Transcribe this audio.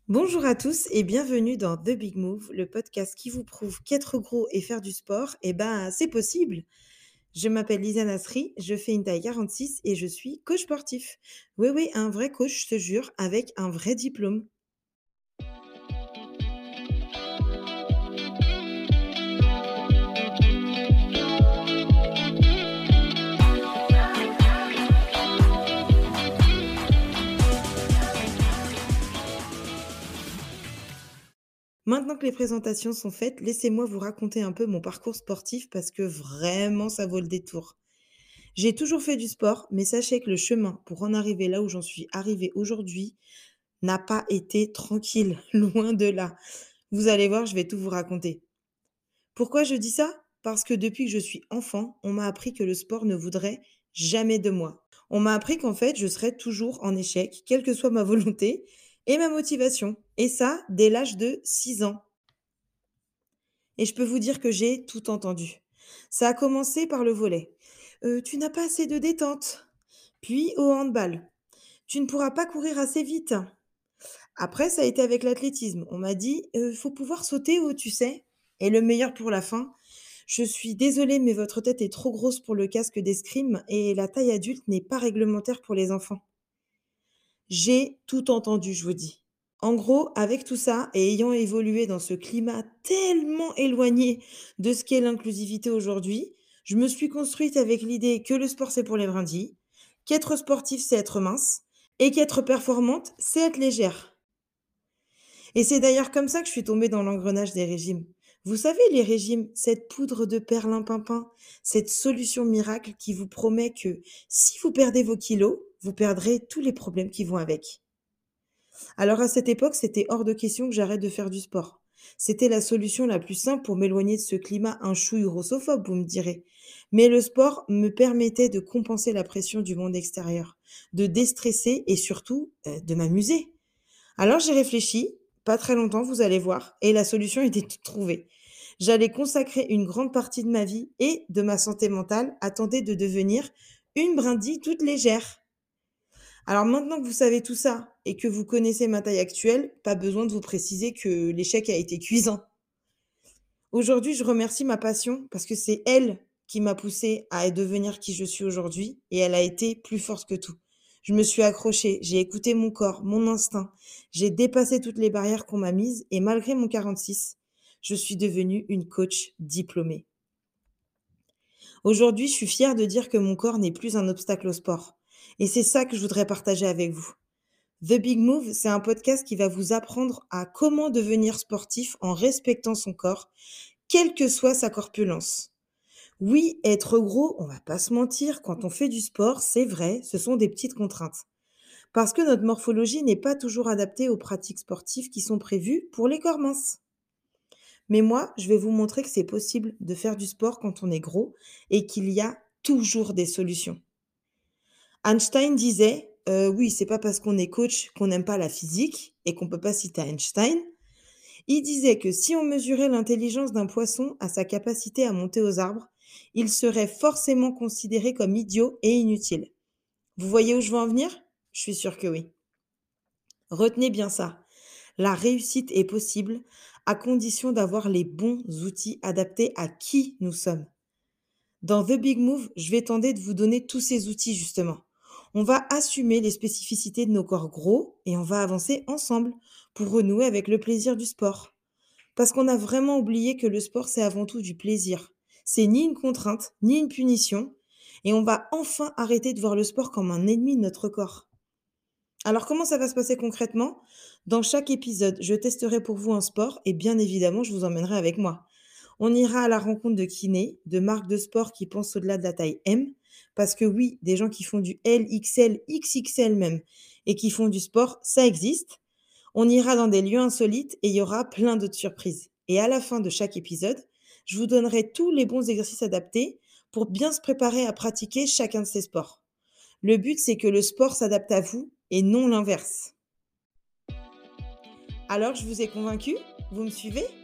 Bonjour à tous et bienvenue dans The Big Move, le podcast qui vous prouve qu'être gros et faire du sport, c'est possible. Je m'appelle Lisa Nasri, je fais une taille 46 et je suis coach sportif. Oui, oui, un vrai coach, je te jure, avec un vrai diplôme. Maintenant que les présentations sont faites, laissez-moi vous raconter un peu mon parcours sportif parce que vraiment ça vaut le détour. J'ai toujours fait du sport, mais sachez que le chemin pour en arriver là où j'en suis arrivée aujourd'hui n'a pas été tranquille, loin de là. Vous allez voir, je vais tout vous raconter. Pourquoi je dis ça? Parce que depuis que je suis enfant, on m'a appris que le sport ne voudrait jamais de moi. On m'a appris qu'en fait, je serais toujours en échec, quelle que soit ma volonté et ma motivation. Et ça, dès l'âge de 6 ans. Et je peux vous dire que j'ai tout entendu. Ça a commencé par le volley. Tu n'as pas assez de détente. Puis au handball. Tu ne pourras pas courir assez vite. Après, ça a été avec l'athlétisme. On m'a dit, faut pouvoir sauter haut, tu sais. Et le meilleur pour la fin. Je suis désolée, mais votre tête est trop grosse pour le casque d'escrime et la taille adulte n'est pas réglementaire pour les enfants. J'ai tout entendu, je vous dis. En gros, avec tout ça et ayant évolué dans ce climat tellement éloigné de ce qu'est l'inclusivité aujourd'hui, je me suis construite avec l'idée que le sport c'est pour les brindilles, qu'être sportif c'est être mince et qu'être performante c'est être légère. Et c'est d'ailleurs comme ça que je suis tombée dans l'engrenage des régimes. Vous savez, les régimes, cette poudre de perlimpinpin, cette solution miracle qui vous promet que si vous perdez vos kilos, vous perdrez tous les problèmes qui vont avec. Alors à cette époque, c'était hors de question que j'arrête de faire du sport. C'était la solution la plus simple pour m'éloigner de ce climat un chouille grossophobe, vous me direz. Mais le sport me permettait de compenser la pression du monde extérieur, de déstresser et surtout de m'amuser. Alors j'ai réfléchi, pas très longtemps, vous allez voir, et la solution était toute trouvée. J'allais consacrer une grande partie de ma vie et de ma santé mentale à tenter de devenir une brindille toute légère. Alors maintenant que vous savez tout ça et que vous connaissez ma taille actuelle, pas besoin de vous préciser que l'échec a été cuisant. Aujourd'hui, je remercie ma passion parce que c'est elle qui m'a poussée à devenir qui je suis aujourd'hui et elle a été plus forte que tout. Je me suis accrochée, j'ai écouté mon corps, mon instinct, j'ai dépassé toutes les barrières qu'on m'a mises et malgré mon 46, je suis devenue une coach diplômée. Aujourd'hui, je suis fière de dire que mon corps n'est plus un obstacle au sport. Et c'est ça que je voudrais partager avec vous. The Big Move, c'est un podcast qui va vous apprendre à comment devenir sportif en respectant son corps, quelle que soit sa corpulence. Oui, être gros, on va pas se mentir, quand on fait du sport, c'est vrai, ce sont des petites contraintes. Parce que notre morphologie n'est pas toujours adaptée aux pratiques sportives qui sont prévues pour les corps minces. Mais moi, je vais vous montrer que c'est possible de faire du sport quand on est gros et qu'il y a toujours des solutions. Einstein disait, oui, c'est pas parce qu'on est coach qu'on n'aime pas la physique et qu'on peut pas citer Einstein. Il disait que si on mesurait l'intelligence d'un poisson à sa capacité à monter aux arbres, il serait forcément considéré comme idiot et inutile. Vous voyez où je veux en venir? Je suis sûre que oui. Retenez bien ça. La réussite est possible à condition d'avoir les bons outils adaptés à qui nous sommes. Dans The Big Move, je vais tenter de vous donner tous ces outils justement. On va assumer les spécificités de nos corps gros et on va avancer ensemble pour renouer avec le plaisir du sport. Parce qu'on a vraiment oublié que le sport, c'est avant tout du plaisir. C'est ni une contrainte, ni une punition. Et on va enfin arrêter de voir le sport comme un ennemi de notre corps. Alors comment ça va se passer concrètement? Dans chaque épisode, je testerai pour vous un sport et bien évidemment, je vous emmènerai avec moi. On ira à la rencontre de kinés, de marques de sport qui pensent au-delà de la taille M, parce que oui, des gens qui font du L, XL, XXL même, et qui font du sport, ça existe. On ira dans des lieux insolites et il y aura plein d'autres surprises. Et à la fin de chaque épisode, je vous donnerai tous les bons exercices adaptés pour bien se préparer à pratiquer chacun de ces sports. Le but, c'est que le sport s'adapte à vous et non l'inverse. Alors, je vous ai convaincu? Vous me suivez?